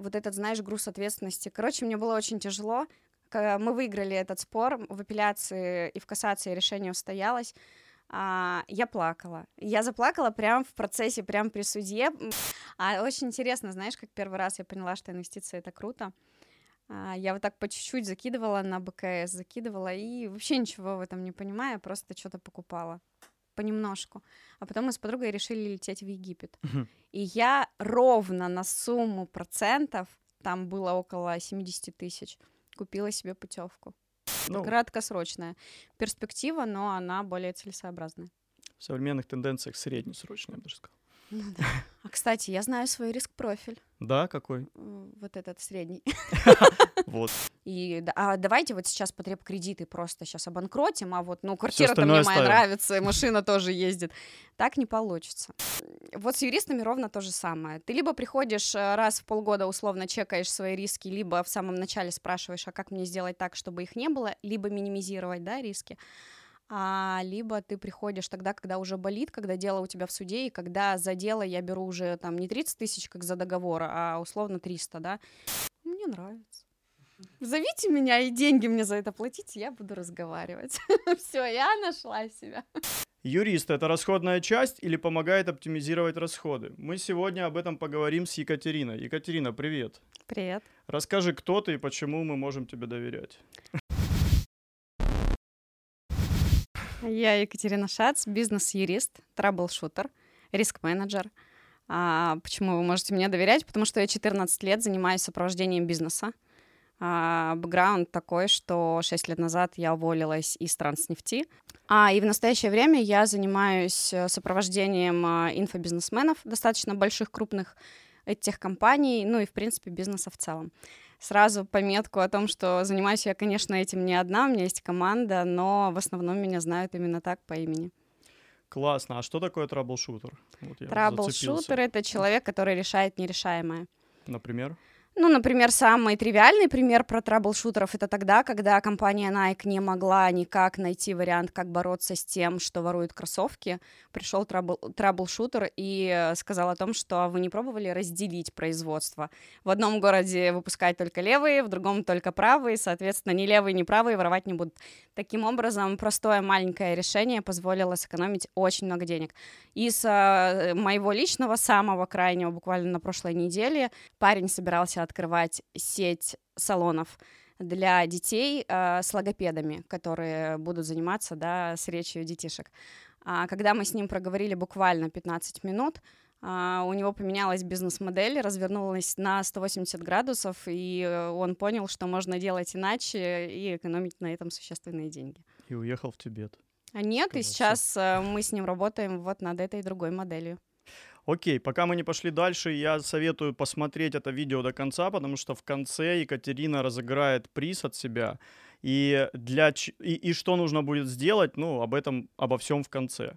вот этот, знаешь, груз ответственности. Короче, мне было очень тяжело. Мы выиграли этот спор, в апелляции и в кассации решение устоялось. Я плакала. Я заплакала прямо в процессе, прямо при судье. Очень интересно, знаешь, как первый раз я поняла, что инвестиции — это круто. Я вот так по чуть-чуть закидывала на БКС, закидывала, и вообще ничего в этом не понимая, просто что-то покупала понемножку. А потом мы с подругой решили лететь в Египет. И я ровно на сумму процентов, там было около 70 тысяч, купила себе путевку. Краткосрочная перспектива, но она более целесообразная. В современных тенденциях среднесрочная, я бы даже сказал. Ну да. Кстати, я знаю свой риск-профиль. Да, какой? Вот этот средний. Вот. И давайте вот сейчас потребкредиты просто сейчас обанкротим, квартира-то мне моя нравится, и машина тоже ездит. Так не получится. Вот с юристами ровно то же самое. Ты либо приходишь раз в полгода, условно чекаешь свои риски, либо в самом начале спрашиваешь, а как мне сделать так, чтобы их не было, либо минимизировать, да, риски. Либо ты приходишь тогда, когда уже болит, когда дело у тебя в суде, и когда за дело я беру уже там не 30 тысяч, как за договор, а условно 300, да. Мне нравится. Зовите меня и деньги мне за это платите, я буду разговаривать. Все, я нашла себя. Юрист — это расходная часть или помогает оптимизировать расходы? Мы сегодня об этом поговорим с Екатериной. Екатерина, привет. Привет. Расскажи, кто ты и почему мы можем тебе доверять. Я Екатерина Шац, бизнес-юрист, траблшутер, риск-менеджер. Почему вы можете мне доверять? Потому что я 14 лет занимаюсь сопровождением бизнеса. Бэкграунд такой, что 6 лет назад я уволилась из Транснефти. И в настоящее время я занимаюсь сопровождением инфобизнесменов, достаточно больших, крупных техкомпаний, ну и, в принципе, бизнеса в целом. Сразу пометку о том, что занимаюсь я, конечно, этим не одна, у меня есть команда, но в основном меня знают именно так по имени. Классно. А что такое траблшутер? Траблшутер — это человек, который решает нерешаемое. Например? Например, самый тривиальный пример про траблшутеров — это тогда, когда компания Nike не могла никак найти вариант, как бороться с тем, что воруют кроссовки. Пришел траблшутер и сказал о том, что вы не пробовали разделить производство. В одном городе выпускать только левые, в другом только правые, соответственно, ни левые, ни правые воровать не будут. Таким образом, простое маленькое решение позволило сэкономить очень много денег. Из моего личного, самого крайнего, буквально на прошлой неделе, парень собирался открывать сеть салонов для детей с логопедами, которые будут заниматься, да, с речью детишек. Когда мы с ним проговорили буквально 15 минут, у него поменялась бизнес-модель, развернулась на 180 градусов, и он понял, что можно делать иначе и экономить на этом существенные деньги. И уехал в Тибет. Нет, и сейчас мы с ним работаем вот над этой другой моделью. Окей, пока мы не пошли дальше, я советую посмотреть это видео до конца, потому что в конце Екатерина разыграет приз от себя. И что нужно будет сделать, обо всем в конце.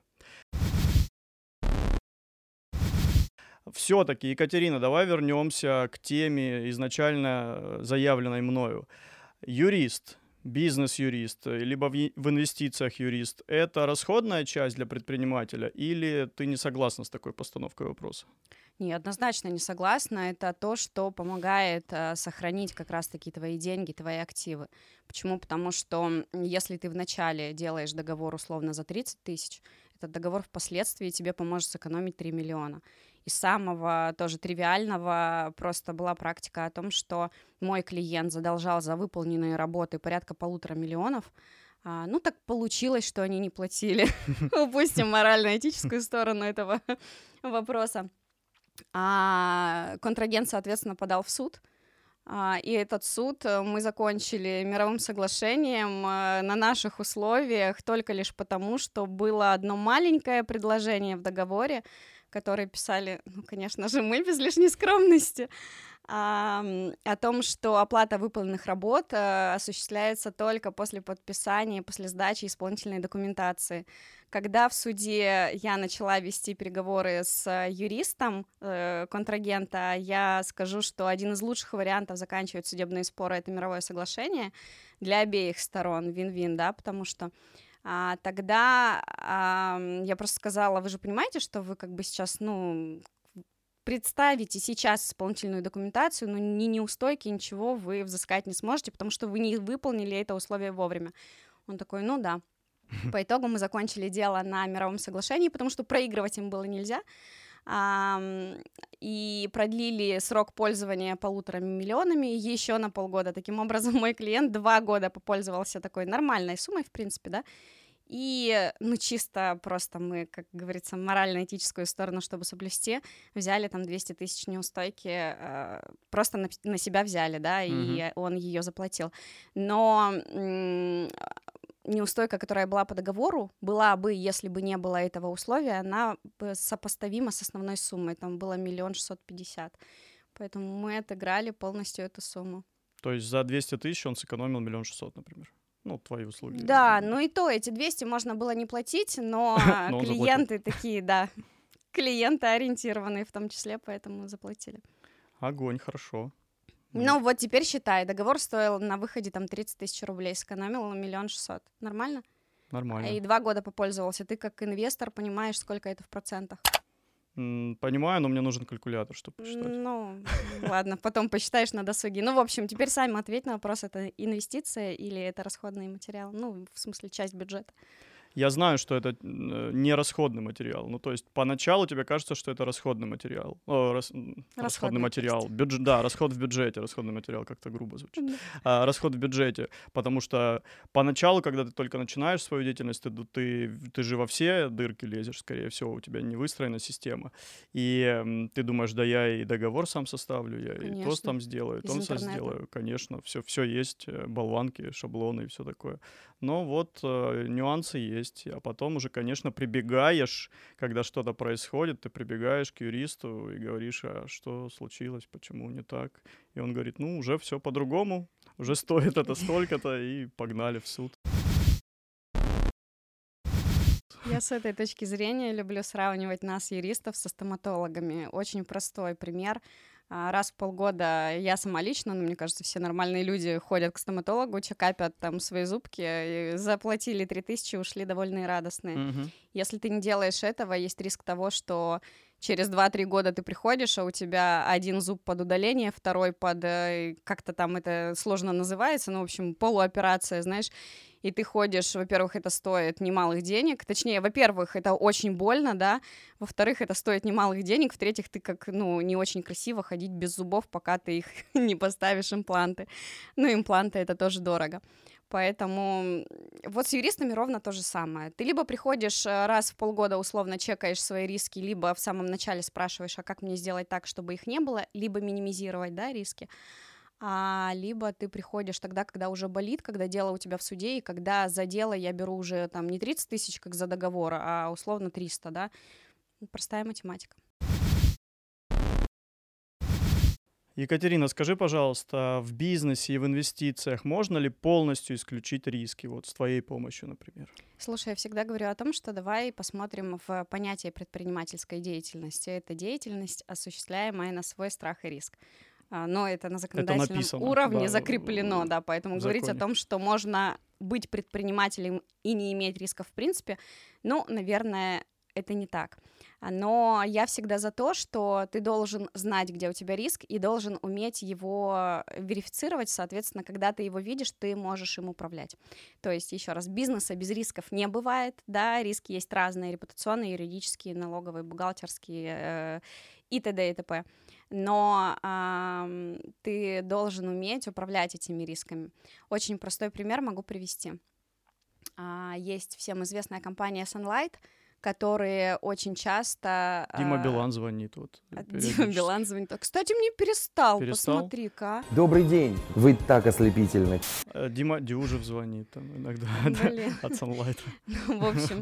Все-таки, Екатерина, давай вернемся к теме, изначально заявленной мною. Юрист, бизнес-юрист, либо в инвестициях юрист — это расходная часть для предпринимателя, или ты не согласна с такой постановкой вопроса? Не, однозначно не согласна. Это то, что помогает сохранить как раз-таки твои деньги, твои активы. Почему? Потому что если ты вначале делаешь договор условно за 30 тысяч, этот договор впоследствии тебе поможет сэкономить 3 миллиона. Из самого тоже тривиального просто была практика о том, что мой клиент задолжал за выполненные работы порядка 1,5 миллиона. Так получилось, что они не платили. Упустим морально-этическую сторону этого вопроса. Контрагент, соответственно, подал в суд. И этот суд мы закончили мировым соглашением на наших условиях только лишь потому, что было одно маленькое предложение в договоре, которое писали, конечно же, мы без лишней скромности, о том, что оплата выполненных работ осуществляется только после подписания, после сдачи исполнительной документации. Когда в суде я начала вести переговоры с юристом контрагента, я скажу, что один из лучших вариантов заканчивать судебные споры — это мировое соглашение для обеих сторон, вин-вин, да, потому что тогда я просто сказала: вы же понимаете, что вы как бы сейчас, представите сейчас исполнительную документацию, но ни неустойки, ничего вы взыскать не сможете, потому что вы не выполнили это условие вовремя. Он такой, ну да. По итогу мы закончили дело на мировом соглашении, потому что проигрывать им было нельзя. И продлили срок пользования 1,5 миллионами еще на полгода. Таким образом, мой клиент 2 года попользовался такой нормальной суммой, в принципе, да, и, ну, чисто просто мы, как говорится, морально-этическую сторону, чтобы соблюсти, взяли там 200 тысяч неустойки, просто на себя взяли, да, и он ее заплатил. Но неустойка, которая была по договору, была бы, если бы не было этого условия, она сопоставима с основной суммой, там было 1 650 000. Поэтому мы отыграли полностью эту сумму. То есть за 200 тысяч он сэкономил 1 600 000, например? Ну, твои услуги. Да, ну и то, эти 200 можно было не платить, но клиенты такие, да, клиенты ориентированные в том числе, поэтому заплатили. Огонь, хорошо. Ну вот теперь считай, договор стоил на выходе там 30 тысяч рублей, сэкономил 1 600 000. Нормально? Нормально. И 2 года попользовался. Ты как инвестор понимаешь, сколько это в процентах? Понимаю, но мне нужен калькулятор, чтобы посчитать. Ну, ладно, потом посчитаешь на досуге. Ну, в общем, теперь сами ответь на вопрос, это инвестиция или это расходный материал? Ну, в смысле, часть бюджета. Я знаю, что это не расходный материал. Ну, то есть поначалу тебе кажется, что это расходный материал. Расходный материал. Да, расход в бюджете. Расходный материал как-то грубо звучит. Расход в бюджете. Потому что поначалу, когда ты только начинаешь свою деятельность, ты же во все дырки лезешь, скорее всего, у тебя не выстроена система. И ты думаешь, да я и договор сам составлю, я и то там сделаю, и то все сделаю. Конечно, все есть, болванки, шаблоны и все такое. Но вот нюансы есть. А потом уже, конечно, прибегаешь, когда что-то происходит, ты прибегаешь к юристу и говоришь, а что случилось, почему не так? И он говорит, ну, уже все по-другому, уже стоит это столько-то, и погнали в суд. Я с этой точки зрения люблю сравнивать нас, юристов, со стоматологами. Очень простой пример. Раз в полгода я сама лично, но мне кажется, все нормальные люди ходят к стоматологу, чекапят там свои зубки, и заплатили 3000, ушли довольные и радостные. Если ты не делаешь этого, есть риск того, что через 2-3 года ты приходишь, а у тебя один зуб под удаление, второй под, как-то там это сложно называется, ну, в общем, полуоперация, знаешь, и ты ходишь, во-первых, это стоит немалых денег, точнее, во-первых, это очень больно, да, во-вторых, это стоит немалых денег, в-третьих, ты как, ну, не очень красиво ходить без зубов, пока ты их не поставишь импланты. Ну, импланты — это тоже дорого. Поэтому вот с юристами ровно то же самое. Ты либо приходишь раз в полгода, условно чекаешь свои риски, либо в самом начале спрашиваешь, а как мне сделать так, чтобы их не было, либо минимизировать, да, риски, либо ты приходишь тогда, когда уже болит, когда дело у тебя в суде, и когда за дело я беру уже там не 30 тысяч, как за договор, а условно 300, да. Простая математика. Екатерина, скажи, пожалуйста, в бизнесе и в инвестициях можно ли полностью исключить риски, вот с твоей помощью, например? Слушай, я всегда говорю о том, что давай посмотрим в понятие предпринимательской деятельности. Это деятельность, осуществляемая на свой страх и риск. Но это на законодательном уровне да, закреплено, да, поэтому говорить о том, что можно быть предпринимателем и не иметь рисков в принципе, ну, наверное, это не так. Но я всегда за то, что ты должен знать, где у тебя риск, и должен уметь его верифицировать, соответственно, когда ты его видишь, ты можешь им управлять. То есть, еще раз, бизнеса без рисков не бывает, да, риски есть разные, репутационные, юридические, налоговые, бухгалтерские и т.д. и т.п. Но ты должен уметь управлять этими рисками. Очень простой пример могу привести. Есть всем известная компания Sunlight, которые очень часто... Дима Билан звонит. Вот, Дима Билан звонит. Кстати, мне перестал? Посмотри-ка. Добрый день, вы так ослепительны. Дима Дюжев звонит там иногда от Sunlight. В общем,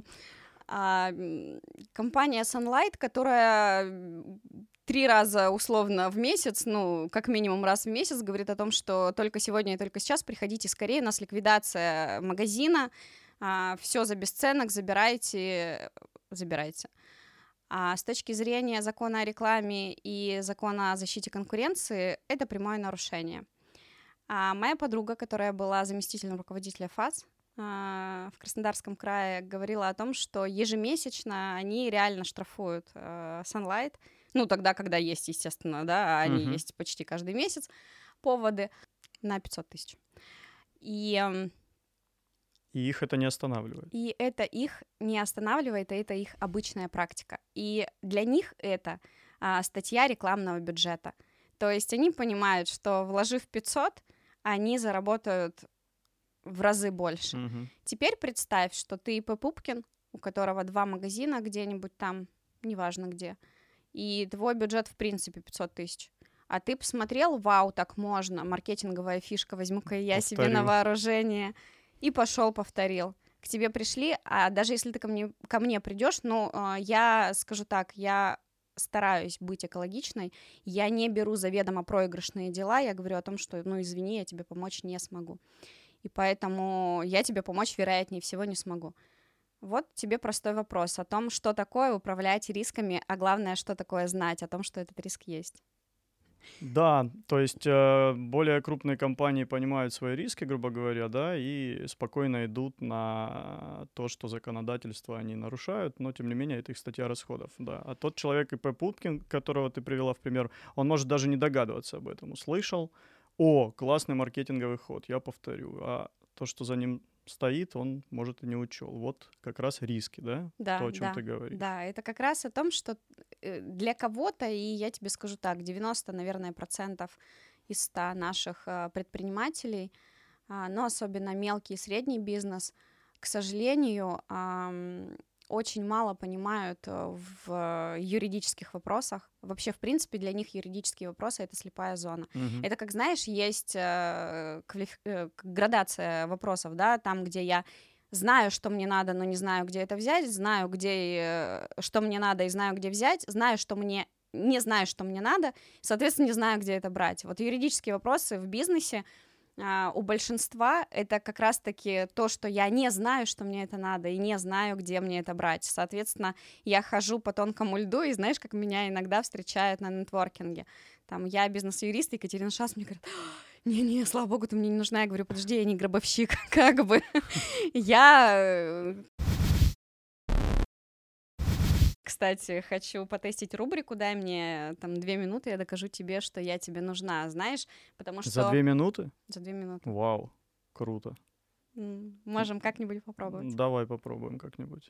компания Sunlight, которая 3 раза условно в месяц, ну, как минимум раз в месяц, говорит о том, что только сегодня и только сейчас приходите скорее, у нас ликвидация магазина, все за бесценок, забирайте. А с точки зрения закона о рекламе и закона о защите конкуренции, это прямое нарушение. Моя подруга, которая была заместителем руководителя ФАС в Краснодарском крае, говорила о том, что ежемесячно они реально штрафуют Sunlight Ну, тогда, когда есть, естественно, да, а они Мгм. есть почти каждый месяц, поводы на 500 тысяч. И И их это не останавливает. И это их не останавливает, и это их обычная практика. И для них это статья рекламного бюджета. То есть они понимают, что вложив 500, они заработают в разы больше. Мгм. Теперь представь, что ты ИП Пупкин, у которого 2 магазина где-нибудь там, неважно где, и твой бюджет в принципе 500 тысяч. А ты посмотрел, вау, так можно, маркетинговая фишка, возьму-ка я себе на Повторил. вооружение, и пошел повторил. К тебе пришли, а даже если ты ко мне придешь, ну, я скажу так, я стараюсь быть экологичной, я не беру заведомо проигрышные дела, я говорю о том, что, ну, извини, я тебе помочь не смогу. И поэтому я тебе помочь, вероятнее всего, не смогу. Вот тебе простой вопрос о том, что такое управлять рисками, а главное, что такое знать о том, что этот риск есть. Да, то есть более крупные компании понимают свои риски, грубо говоря, да, и спокойно идут на то, что законодательство они нарушают, но тем не менее это их статья расходов, да. А тот человек ИП Пупкин, которого ты привела в пример, он может даже не догадываться об этом. Услышал, о, классный маркетинговый ход, я повторю. А то, что за ним стоит, он, может, и не учел. Вот как раз риски, да? Да, То, о чем да, ты говоришь. да, это как раз о том, что для кого-то, и я тебе скажу так, 90, наверное, процентов из 100 наших предпринимателей, но особенно мелкий и средний бизнес, к сожалению, очень мало понимают в юридических вопросах. Вообще, в принципе, для них юридические вопросы — это слепая зона. Мгм. Это, как знаешь, есть градация вопросов, да, там, где я знаю, что мне надо, но не знаю, где это взять, знаю, что мне надо и знаю, где взять, знаю, что мне не знаю, что мне надо, соответственно, не знаю, где это брать. Вот юридические вопросы в бизнесе у большинства это как раз-таки то, что я не знаю, что мне это надо, и не знаю, где мне это брать. Соответственно, я хожу по тонкому льду, и знаешь, как меня иногда встречают на нетворкинге. Там я бизнес-юрист, Екатерина Шас, мне говорит: не-не, слава богу, ты мне не нужна. Я говорю: подожди, я не гробовщик, как бы. Я, кстати, хочу потестить рубрику «Дай мне там 2 минуты, я докажу тебе, что я тебе нужна», знаешь, потому За что... 2 минуты? За 2 минуты. Вау, круто. Можем как-нибудь попробовать. Давай попробуем как-нибудь.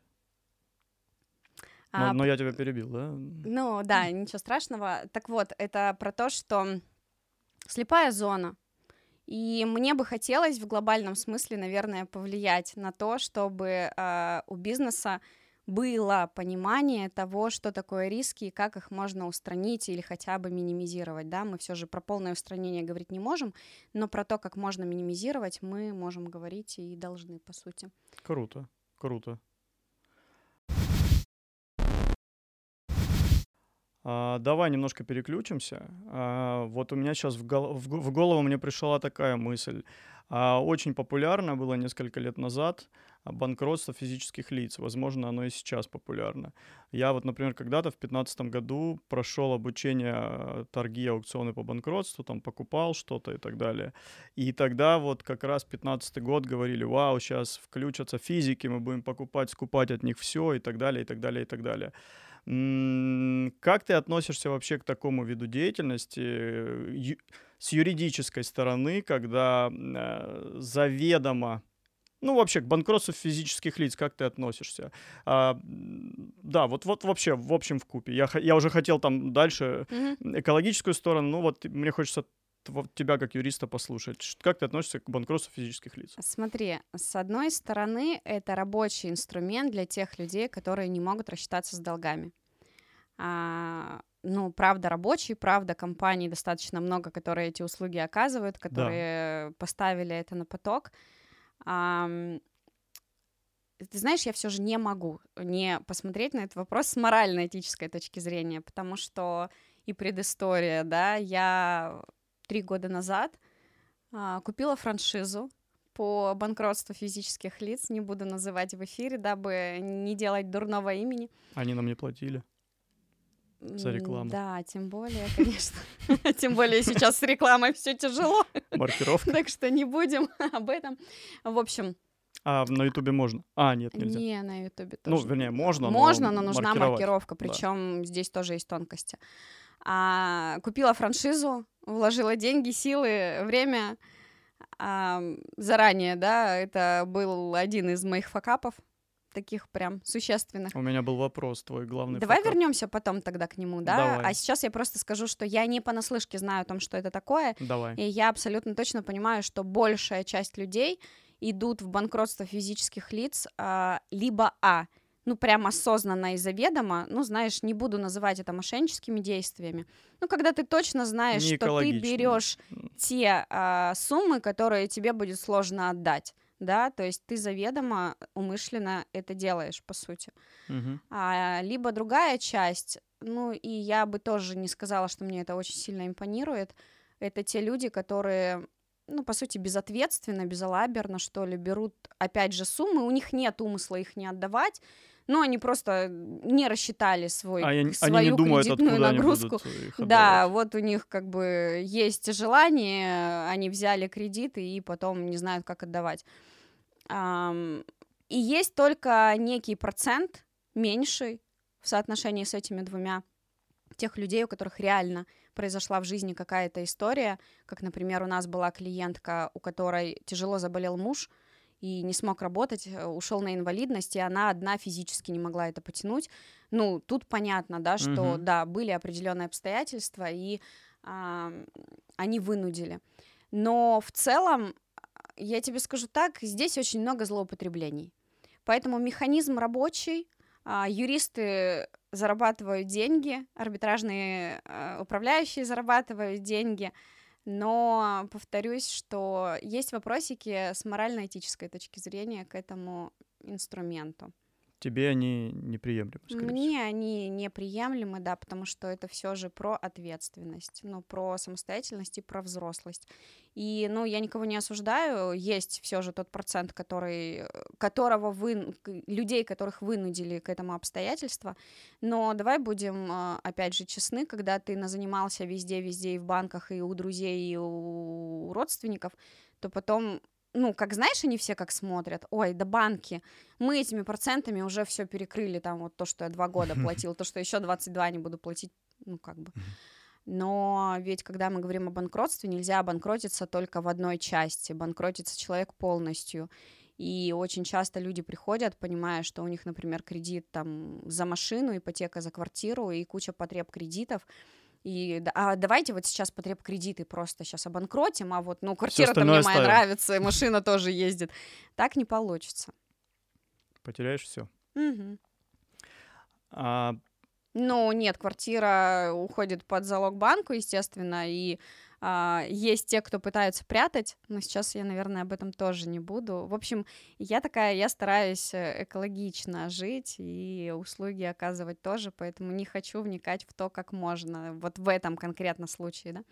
А, Но я тебя перебил, да? Ну, да, ничего страшного. Так вот, это про то, что слепая зона. И мне бы хотелось в глобальном смысле, наверное, повлиять на то, чтобы у бизнеса было понимание того, что такое риски и как их можно устранить или хотя бы минимизировать, да, мы все же про полное устранение говорить не можем, но про то, как можно минимизировать, мы можем говорить и должны, по сути. Круто, круто. Давай немножко переключимся. Вот у меня сейчас в голову мне пришла такая мысль. Очень популярно было несколько лет назад банкротство физических лиц. Возможно, оно и сейчас популярно. Я вот, например, когда-то в 2015 году прошел обучение торги, аукционы по банкротству, там покупал что-то и так далее. И тогда вот как раз 2015 год говорили: вау, сейчас включатся физики, мы будем покупать, скупать от них все и так далее, и так далее, и так далее. Как ты относишься вообще к такому виду деятельности с юридической стороны, когда заведомо, ну вообще к банкротству физических лиц, как ты относишься? Да, вот вообще в общем вкупе. Я уже хотел там дальше экологическую сторону, ну вот мне хочется тебя как юриста послушать. Как ты относишься к банкротству физических лиц? Смотри, с одной стороны, это рабочий инструмент для тех людей, которые не могут рассчитаться с долгами. Ну, правда, рабочий, правда, компаний достаточно много, которые эти услуги оказывают, которые поставили это на поток. Ты знаешь, я все же не могу не посмотреть на этот вопрос с морально-этической точки зрения, потому что и предыстория, да, я 3 года назад купила франшизу по банкротству физических лиц, не буду называть в эфире, дабы не делать дурного имени. Они нам не платили за рекламу. Да, тем более, конечно. Тем более сейчас с рекламой все тяжело. Маркировка. Так что не будем об этом. В общем... А на Ютубе можно? А, нет, нельзя. Не, на Ютубе Ну, тоже. вернее, можно, Можно, но нужна маркировать. маркировка, Да. причем здесь тоже есть тонкости. Купила франшизу, вложила деньги, силы, время заранее, да, это был один из моих факапов, таких прям существенных. У меня был вопрос, твой главный Давай факап. вернемся потом тогда к нему, да? Давай. А сейчас я просто скажу, что я не понаслышке знаю о том, что это такое, Давай. и я абсолютно точно понимаю, что большая часть людей идут в банкротство физических лиц либо ну, прям осознанно и заведомо, ну, знаешь, не буду называть это мошенническими действиями, ну, когда ты точно знаешь, Не что ты экологично. берешь те суммы, которые тебе будет сложно отдать, да, то есть ты заведомо, умышленно это делаешь, по сути. Мгм. Либо другая часть, ну, и я бы тоже не сказала, что мне это очень сильно импонирует, это те люди, которые, ну, по сути, безответственно, безалаберно, что ли, берут, опять же, суммы, у них нет умысла их не отдавать, но они просто не рассчитали Они не свою думают, кредитную откуда они нагрузку. будут их Да, отдавать. вот у них как бы есть желание, они взяли кредиты и потом не знают, как отдавать. И есть только некий процент, меньший в соотношении с этими двумя, тех людей, у которых реально произошла в жизни какая-то история, как, например, у нас была клиентка, у которой тяжело заболел муж и не смог работать, ушел на инвалидность, и она одна физически не могла это потянуть. Ну, тут понятно, да, что, Мгм. да, были определенные обстоятельства, и они вынудили. Но в целом, я тебе скажу так, здесь очень много злоупотреблений. Поэтому механизм рабочий, юристы зарабатывают деньги, арбитражные управляющие зарабатывают деньги, но повторюсь, что есть вопросики с морально-этической точки зрения к этому инструменту. Тебе они неприемлемы, скорее всего. Мне они неприемлемы, да, потому что это все же про ответственность, ну, про самостоятельность и про взрослость. И, ну, я никого не осуждаю, есть все же тот процент, людей, которых вынудили к этому обстоятельства, но давай будем, опять же, честны, когда ты назанимался везде и в банках, и у друзей, и у родственников, то потом... Ну, как знаешь, они все как смотрят, ой, да банки, мы этими процентами уже все перекрыли, там вот то, что я 2 года платил, то, что еще 22 не буду платить, ну, как бы. Но ведь, когда мы говорим о банкротстве, нельзя обанкротиться только в одной части, банкротится человек полностью. И очень часто люди приходят, понимая, что у них, например, кредит там за машину, ипотека за квартиру и куча потреб кредитов, и давайте вот сейчас потребкредиты просто сейчас обанкротим, а вот, ну, квартира-то мне остальное моя оставим. нравится, и машина тоже ездит. Так не получится. Потеряешь все. Мгм. А Ну, нет, квартира уходит под залог банку, естественно, и есть те, кто пытаются прятать, но сейчас я, наверное, об этом тоже не буду. В общем, я стараюсь экологично жить и услуги оказывать тоже, поэтому не хочу вникать в то, как можно, вот в этом конкретно случае, да.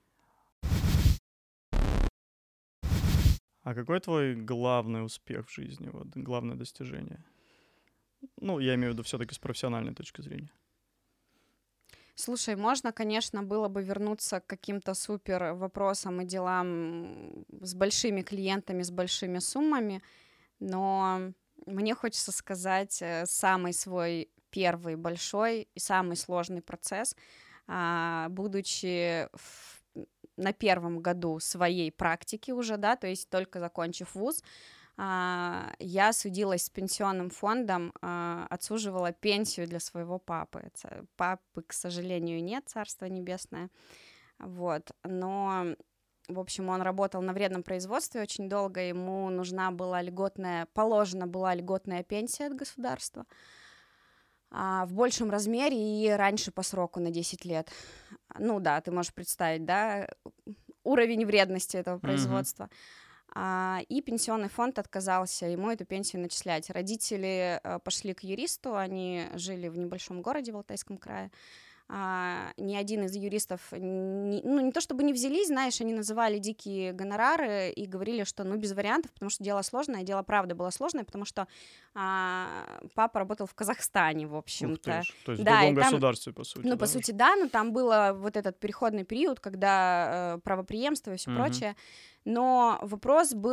какой твой главный успех в жизни, вот главное достижение? Ну, я имею в виду все-таки с профессиональной точки зрения. Слушай, можно, конечно, было бы вернуться к каким-то супер вопросам и делам с большими клиентами, с большими суммами, но мне хочется сказать, самый свой первый большой и самый сложный процесс, будучи на первом году своей практики уже, да, то есть только закончив вуз, я судилась с пенсионным фондом, отсуживала пенсию для своего папы. Папы, к сожалению, нет, царство небесное. Вот. Но, в общем, он работал на вредном производстве очень долго, ему положена была льготная пенсия от государства в большем размере и раньше по сроку на 10 лет. Ну да, ты можешь представить, да, уровень вредности этого производства. И пенсионный фонд отказался ему эту пенсию начислять. Родители пошли к юристу, они жили в небольшом городе в Алтайском крае. Ни один из юристов, не то чтобы не взялись, знаешь, они называли дикие гонорары и говорили, что без вариантов, потому что дело сложное, дело правда было сложное, потому что папа работал в Казахстане, в общем-то. Ух ты ж, то есть в Да, другом и там, государстве, по сути. ну, по сути, да, но там было вот этот переходный период, когда правопреемство и все прочее, но вопрос был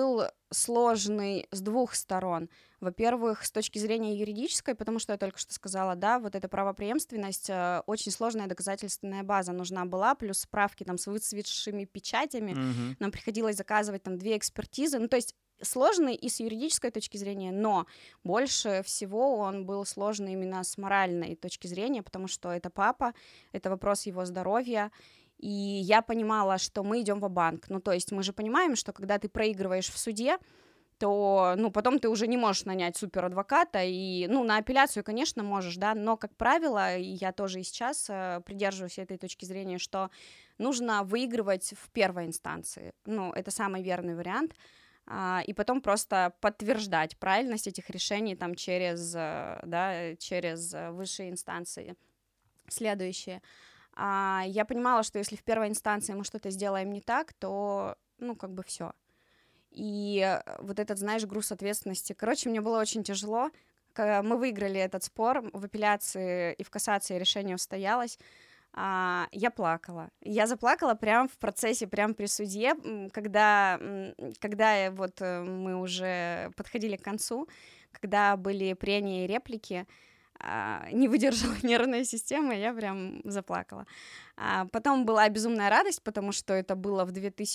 сложный с двух сторон. Во-первых, с точки зрения юридической, потому что я только что сказала, да, вот эта правопреемственность, очень сложная доказательственная база нужна была, плюс справки там с выцветшими печатями, Мгм. нам приходилось заказывать там 2 экспертизы, ну, то есть сложный и с юридической точки зрения, но больше всего он был сложный именно с моральной точки зрения, потому что это папа, это вопрос его здоровья, и я понимала, что мы идем ва-банк. Ну, то есть мы же понимаем, что когда ты проигрываешь в суде, то, ну, потом ты уже не можешь нанять суперадвоката, и, ну, на апелляцию, конечно, можешь, да, но, как правило, и я тоже и сейчас придерживаюсь этой точки зрения, что нужно выигрывать в первой инстанции, ну, это самый верный вариант, и потом просто подтверждать правильность этих решений там через, да, через высшие инстанции следующие. Я понимала, что если в первой инстанции мы что-то сделаем не так, то, ну, как бы все. И вот этот, знаешь, груз ответственности. Короче, мне было очень тяжело. Мы выиграли этот спор, в апелляции и в кассации решение устоялось. Я плакала. Я заплакала прямо в процессе, прямо при судье, когда вот мы уже подходили к концу, когда были прения и реплики, не выдержала нервная система, я прям заплакала. Потом была безумная радость, потому что это было в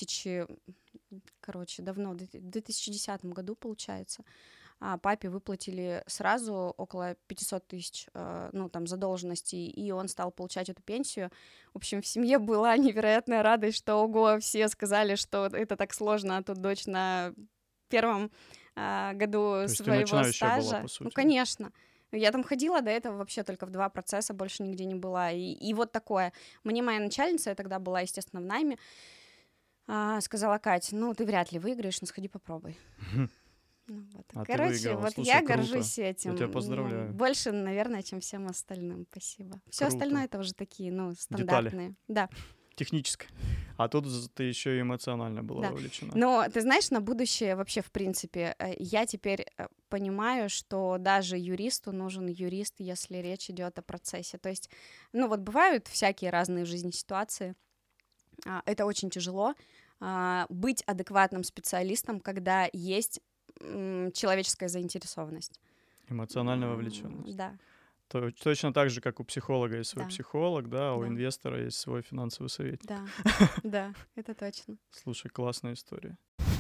2010 году, получается. Папе выплатили сразу около 500 тысяч, ну, там, задолженностей, и он стал получать эту пенсию. В общем, в семье была невероятная радость, что, ого, все сказали, что это так сложно, а тут дочь на первом году То есть ты своего начинающая была, стажа. по сути. Ну, конечно. Я там ходила до этого вообще только в 2 процесса, больше нигде не была. И вот такое. Мне моя начальница, я тогда была, естественно, в найме, сказала: Кать, ну, ты вряд ли выиграешь, но сходи попробуй. Ну, вот. А ты Короче, выиграла. вот Слушай, я круто. горжусь этим. Я тебя Ну, поздравляю. больше, наверное, чем всем остальным. Спасибо. Все Круто. остальное это уже такие, ну, Детали. стандартные. Да. Техническое. А тут ты еще и эмоционально была Да. вовлечена. Но ты знаешь, на будущее вообще, в принципе, я теперь понимаю, что даже юристу нужен юрист, если речь идет о процессе. То есть, ну вот бывают всякие разные в жизни ситуации. Это очень тяжело быть адекватным специалистом, когда есть человеческая заинтересованность. Эмоциональная вовлеченность. Да, Точно так же, как у психолога есть свой Да. психолог, да, а у Да. инвестора есть свой финансовый советник. да, да, это точно. Слушай, классная история.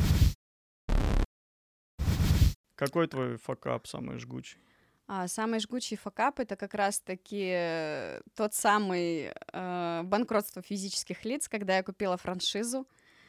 Какой твой факап самый жгучий? Самый жгучий факап — это как раз-таки тот самый банкротство физических лиц, когда я купила франшизу,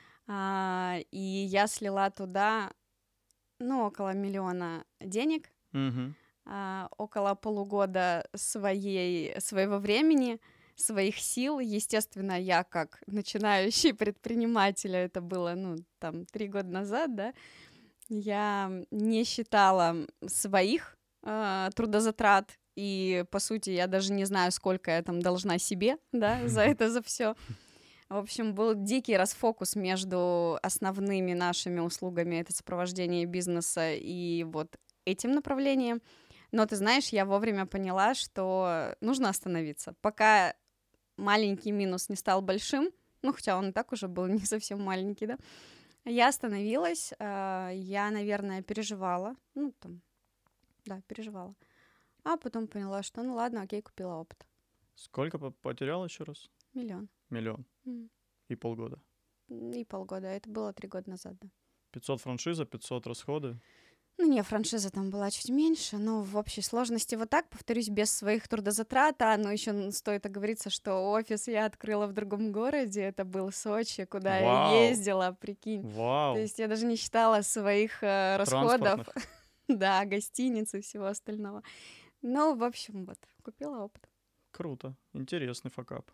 и я слила туда, ну, около 1 миллиона денег, Мгм. около полугода своего времени, своих сил. Естественно, я как начинающий предприниматель, это было, ну, там, 3 года назад, да, я не считала своих трудозатрат, и, по сути, я даже не знаю, сколько я там должна себе, да, за все. В общем, был дикий расфокус между основными нашими услугами, это сопровождение бизнеса, и вот этим направлением. Но ты знаешь, я вовремя поняла, что нужно остановиться. Пока маленький минус не стал большим, ну, хотя он и так уже был не совсем маленький, да, я остановилась, я, наверное, переживала, ну, там, да, переживала. А потом поняла, что, ну, ладно, окей, купила опыт. Сколько потерял еще раз? 1 миллион. 1 миллион. М. И полгода. И полгода. Это было 3 года назад, да. 500 франшиза, 500 расходы. Ну, не, франшиза там была чуть меньше, но в общей сложности вот так, повторюсь, без своих трудозатрат, но еще стоит оговориться, что офис я открыла в другом городе, это был Сочи, куда я Вау! ездила, прикинь. Вау! То есть я даже не считала своих расходов, Транспортных. да, гостиниц и всего остального. Ну, в общем, вот, купила опыт. Круто. Интересный факап.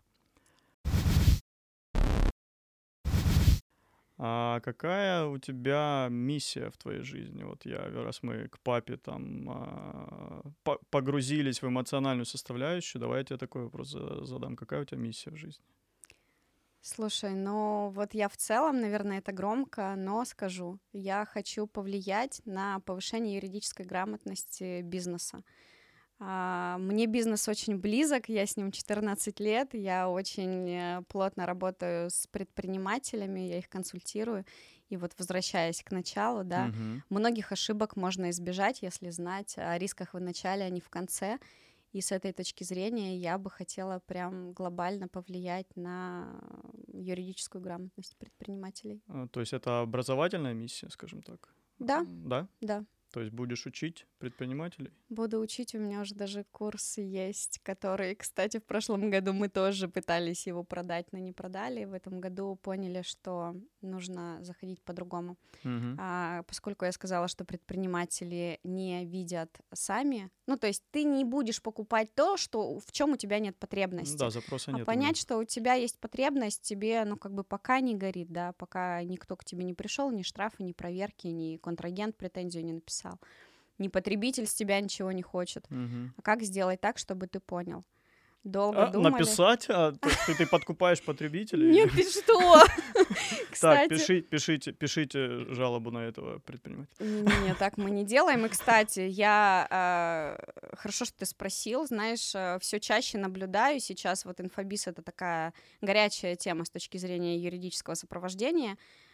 А какая у тебя миссия в твоей жизни? Вот раз мы к папе там погрузились в эмоциональную составляющую, давай я тебе такой вопрос задам. Какая у тебя миссия в жизни? Слушай, ну вот я в целом, наверное, это громко, но скажу, я хочу повлиять на повышение юридической грамотности бизнеса. Мне бизнес очень близок, я с ним 14 лет, я очень плотно работаю с предпринимателями, я их консультирую. И вот возвращаясь к началу, да, многих ошибок можно избежать, если знать о рисках в начале, а не в конце. И с этой точки зрения я бы хотела прям глобально повлиять на юридическую грамотность предпринимателей. То есть это образовательная миссия, скажем так? Да. Да? Да. То есть будешь учить предпринимателей? Буду учить, у меня уже даже курс есть, который, кстати, в прошлом году мы тоже пытались его продать, но не продали. В этом году поняли, что нужно заходить по-другому. Поскольку я сказала, что предприниматели не видят сами, ну, то есть ты не будешь покупать то, что, в чем у тебя нет потребности. Да, запроса нет. Понять, что у тебя есть потребность, тебе, ну, как бы пока не горит, да, пока никто к тебе не пришел, ни штрафы, ни проверки, ни контрагент претензию не написал. Ни потребитель с тебя ничего не хочет. А как сделать так, чтобы ты понял? Долго думали. Написать? Ты подкупаешь потребителей? Нет, ты что? Так, пишите жалобу на этого предпринимателя. Нет, так мы не делаем. И, кстати, хорошо, что ты спросил, знаешь, все чаще наблюдаю сейчас, вот инфобиз — это такая горячая тема с точки зрения юридического сопровождения.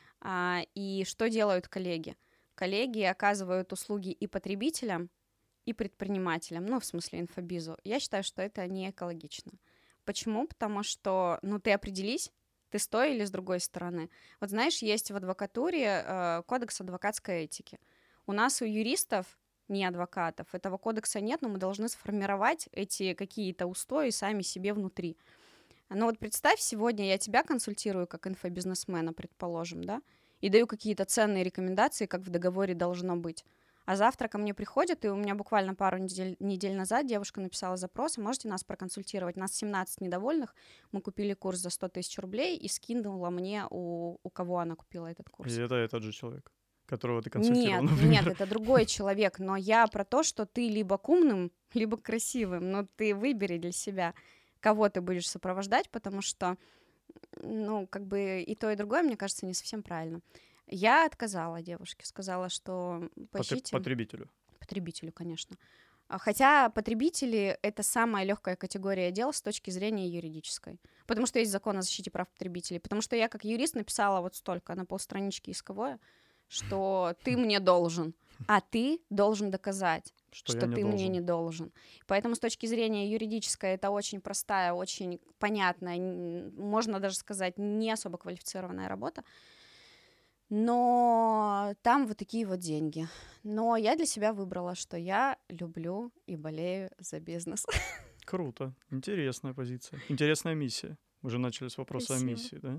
И что делают коллеги? Коллеги оказывают услуги и потребителям, и предпринимателям, ну, в смысле инфобизу. Я считаю, что это не экологично. Почему? Потому что, ты определись, ты с той или с другой стороны. Вот знаешь, есть в адвокатуре кодекс адвокатской этики. У нас, у юристов, не адвокатов, этого кодекса нет, но мы должны сформировать эти какие-то устои сами себе внутри. Но вот представь, сегодня я тебя консультирую как инфобизнесмена, предположим, да, и даю какие-то ценные рекомендации, как в договоре должно быть. А завтра ко мне приходят, и у меня буквально пару недель назад девушка написала запрос: можете нас проконсультировать? Нас 17 недовольных, мы купили курс за 100 тысяч рублей, и скинула мне, у кого она купила этот курс. И это этот же человек, которого ты консультировал, например. Нет, это другой человек, но я про то, что ты либо к умным, либо к красивым, но ты выбери для себя, кого ты будешь сопровождать, потому что как бы и то, и другое, мне кажется, не совсем правильно. Я отказала девушке, сказала, что поищите... Потребителю, конечно. Хотя потребители — это самая легкая категория дел с точки зрения юридической. Потому что есть закон о защите прав потребителей. Потому что я как юрист написала вот столько на полстранички исковое, что ты мне должен, а ты должен доказать, что ты мне не должен. Поэтому с точки зрения юридической это очень простая, очень понятная, можно даже сказать, не особо квалифицированная работа. Но там вот такие вот деньги. Но я для себя выбрала, что я люблю и болею за бизнес. Круто. Интересная позиция. Интересная миссия. Мы же начали с вопроса о миссии, да?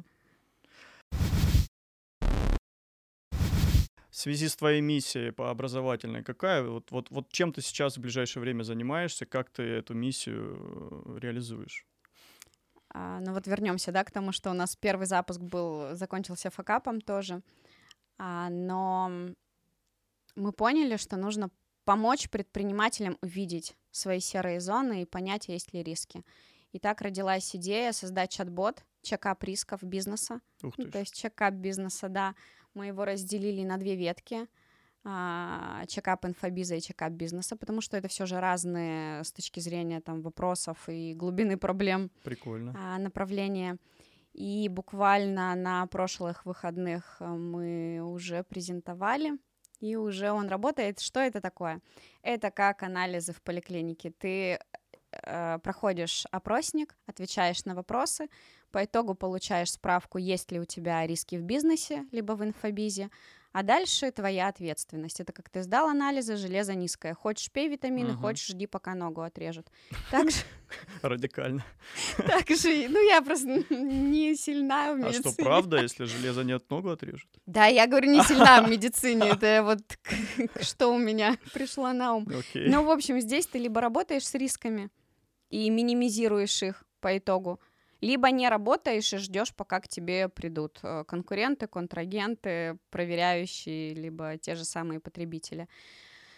В связи с твоей миссией по образовательной, какая, вот чем ты сейчас в ближайшее время занимаешься, как ты эту миссию реализуешь? Ну вот вернемся, да, к тому, что у нас первый запуск закончился факапом тоже, но мы поняли, что нужно помочь предпринимателям увидеть свои серые зоны и понять, есть ли риски. И так родилась идея создать чат-бот, чекап рисков бизнеса, то есть чекап бизнеса, да. Мы его разделили на 2 ветки, чекап инфобиза и чекап бизнеса, потому что это все же разные с точки зрения там вопросов и глубины проблем. Прикольно. Направления. И буквально на прошлых выходных мы уже презентовали, и уже он работает. Что это такое? Это как анализы в поликлинике. Ты проходишь опросник, отвечаешь на вопросы, по итогу получаешь справку, есть ли у тебя риски в бизнесе, либо в инфобизе, а дальше твоя ответственность. Это как ты сдал анализы, железо низкое. Хочешь — пей витамины, хочешь — жди, пока ногу отрежут. Также... Радикально. Также, я просто не сильна в медицине. А что, правда, если железо нет, ногу отрежут? Да, я говорю, не сильна в медицине. Это вот что у меня пришло на ум. Ну, в общем, здесь ты либо работаешь с рисками и минимизируешь их по итогу, либо не работаешь и ждешь, пока к тебе придут конкуренты, контрагенты, проверяющие, либо те же самые потребители.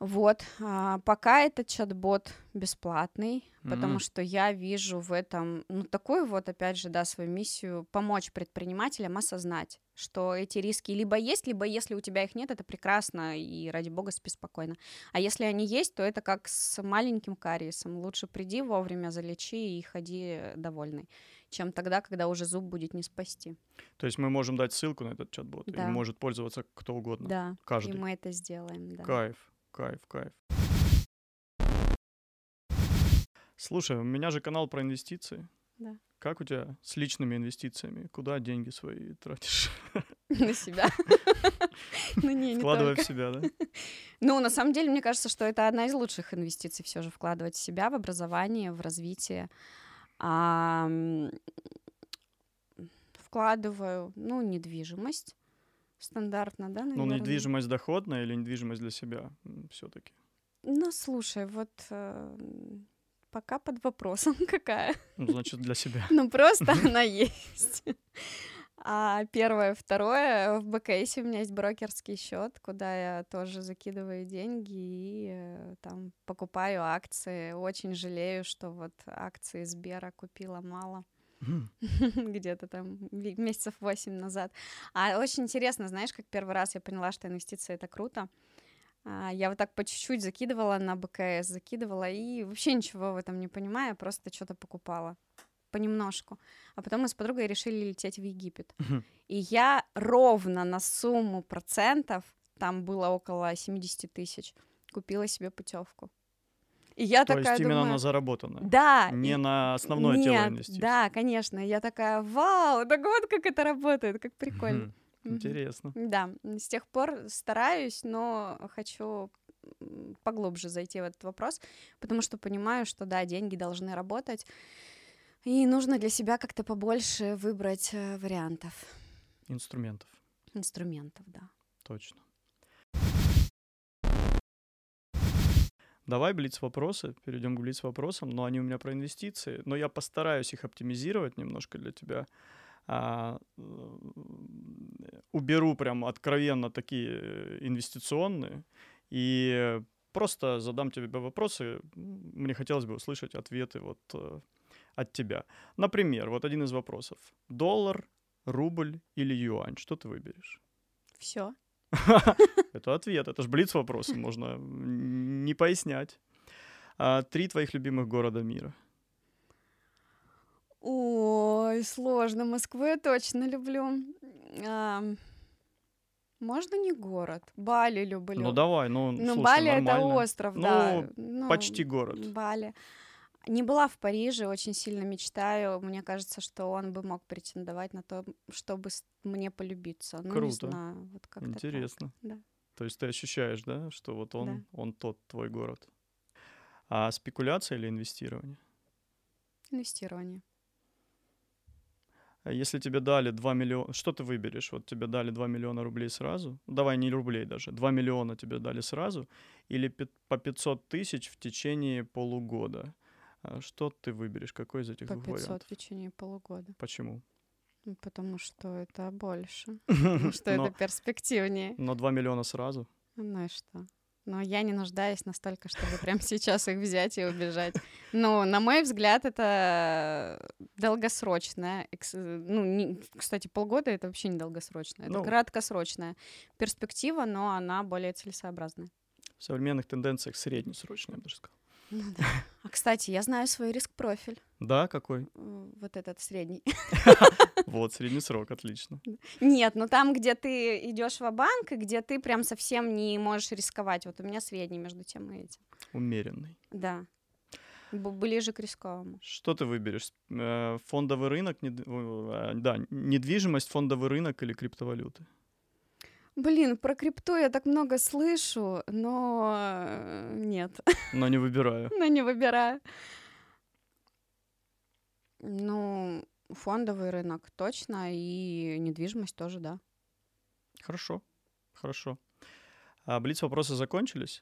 Вот, пока этот чат-бот бесплатный, потому что я вижу в этом, ну, такую вот, опять же, да, свою миссию помочь предпринимателям осознать, что эти риски либо есть, либо если у тебя их нет, это прекрасно, и ради бога спи спокойно. А если они есть, то это как с маленьким кариесом. Лучше приди вовремя, залечи и ходи довольный, чем тогда, когда уже зуб будет не спасти. То есть мы можем дать ссылку на этот чат-бот, и Да. может пользоваться кто угодно. Да, Каждый. и мы это сделаем, да. Кайф. Слушай, у меня же канал про инвестиции. Да. Как у тебя с личными инвестициями? Куда деньги свои тратишь? На себя. Ну, не Вкладывая в только. себя, да? Ну, на самом деле, мне кажется, что это одна из лучших инвестиций все же вкладывать в себя, в образование, в развитие. Вкладываю, ну, недвижимость стандартно, да, Ну, наверное. недвижимость доходная или недвижимость для себя все-таки? Ну, слушай, вот пока под вопросом какая. Ну, значит, для себя. Ну, просто она есть. А первое, второе, в БКСе у меня есть брокерский счет, куда я тоже закидываю деньги и там покупаю акции. Очень жалею, что вот акции Сбера купила мало. Где-то там месяцев 8 назад. А очень интересно, знаешь, как первый раз я поняла, что инвестиции — это круто. Я вот так по чуть-чуть закидывала на БКС, закидывала и вообще ничего в этом не понимая, просто что-то покупала понемножку. А потом мы с подругой решили лететь в Египет. И я ровно на сумму процентов, там было около 70 тысяч, купила себе путевку. И я То такая есть именно думаю, на заработанное, да, не на основное тело нет, инвестиций. да, конечно. Я такая, вау, так вот как это работает, как прикольно. Интересно. Да, с тех пор стараюсь, но хочу поглубже зайти в этот вопрос, потому что понимаю, что, да, деньги должны работать, и нужно для себя как-то побольше выбрать вариантов. Инструментов. Инструментов, да. Точно. Давай блиц-вопросы, перейдем к блиц-вопросам, но они у меня про инвестиции, но я постараюсь их оптимизировать немножко для тебя. Уберу прям откровенно такие инвестиционные и просто задам тебе вопросы. Мне хотелось бы услышать ответы вот от тебя. Например, вот один из вопросов. Доллар, рубль или юань? Что ты выберешь? Все. Это ответ, это ж блиц-вопросы, можно не пояснять. 3 твоих любимых города мира. Ой, сложно. Москву я точно люблю. Можно не город? Бали люблю. Ну давай, слушай, Бали — это нормально. остров, да. Почти город. Бали. Не была в Париже, очень сильно мечтаю. Мне кажется, что он бы мог претендовать на то, чтобы мне полюбиться. Ну, Круто. не знаю, вот как-то Интересно. так. Да. То есть ты ощущаешь, да, что вот он, Да. он тот твой город. А спекуляция или инвестирование? Инвестирование. А если тебе дали 2 миллиона... Что ты выберешь? Вот тебе дали 2 миллиона рублей сразу. Давай не рублей даже. 2 миллиона тебе дали сразу. Или по 500 тысяч в течение полугода. Что ты выберешь? Какой из этих По двух 500 вариантов? в течение полугода. Почему? Потому что это больше. Потому что это перспективнее. Но 2 миллиона сразу? Ну и что? Но я не нуждаюсь настолько, чтобы прямо сейчас их взять и убежать. Ну, на мой взгляд, это долгосрочная. Кстати, полгода — это вообще не долгосрочная. Это краткосрочная перспектива, но она более целесообразная. В современных тенденциях среднесрочная, я бы даже сказал. Ну да. А, кстати, я знаю свой риск-профиль. Да, какой? Вот этот средний. Вот, средний срок, отлично. Нет, но там, где ты идешь ва-банк, и где ты прям совсем не можешь рисковать. Вот у меня средний между тем и этим. Умеренный. Да. Ближе к рисковому. Что ты выберешь? Фондовый рынок, недвижимость, фондовый рынок или криптовалюты? Блин, про крипту я так много слышу, но нет. Но не выбираю. Но не выбираю. Ну, фондовый рынок точно, и недвижимость тоже, да. Хорошо. Блиц-вопросы закончились.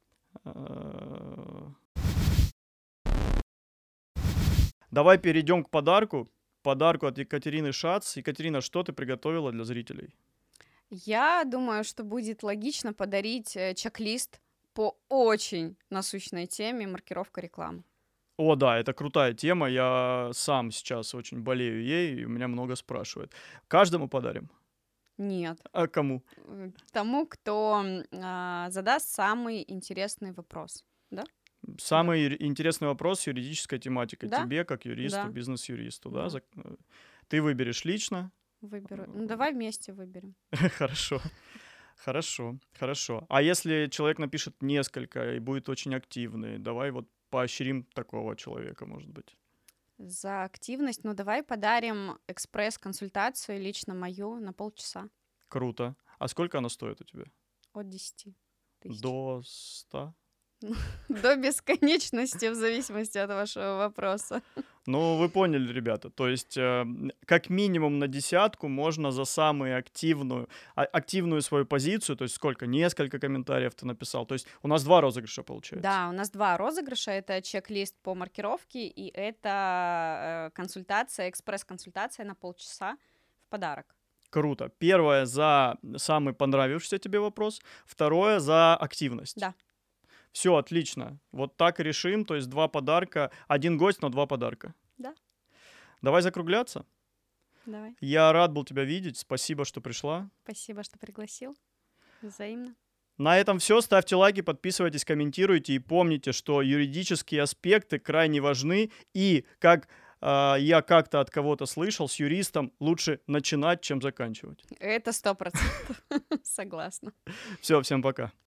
Давай перейдем к подарку. Подарку от Екатерины Шац. Екатерина, что ты приготовила для зрителей? Я думаю, что будет логично подарить чек-лист по очень насущной теме маркировка рекламы. О, да, это крутая тема. Я сам сейчас очень болею ей, и у меня много спрашивают. Каждому подарим? Нет. А кому? Тому, кто задаст самый интересный вопрос. Да? Самый интересный вопрос — юридическая тематика. Да? Тебе, как юристу, Да. бизнес-юристу, да? Да. Ты выберешь лично? Выберу. Ну, давай вместе выберем. Хорошо. Хорошо. А если человек напишет несколько и будет очень активный, давай вот поощрим такого человека, может быть. За активность. Ну, давай подарим экспресс-консультацию, лично мою, на полчаса. Круто. А сколько она стоит у тебя? От 10 тысяч. До 100? До бесконечности, в зависимости от вашего вопроса. Ну, вы поняли, ребята. То есть, как минимум на 10 можно за самую активную свою позицию, то есть сколько? Несколько комментариев ты написал. То есть у нас 2 розыгрыша получается. Да, у нас 2 розыгрыша. Это чек-лист по маркировке, и это консультация, экспресс-консультация на полчаса в подарок. Круто. Первое за самый понравившийся тебе вопрос, второе за активность. Да. Все, отлично. Вот так и решим. То есть 2 подарка, 1 гость, но 2 подарка. Да. Давай закругляться. Давай. Я рад был тебя видеть. Спасибо, что пришла. Спасибо, что пригласил. Взаимно. На этом все. Ставьте лайки, подписывайтесь, комментируйте и помните, что юридические аспекты крайне важны. И, как я как-то от кого-то слышал, с юристом лучше начинать, чем заканчивать. Это 100%. Согласна. Все, всем пока.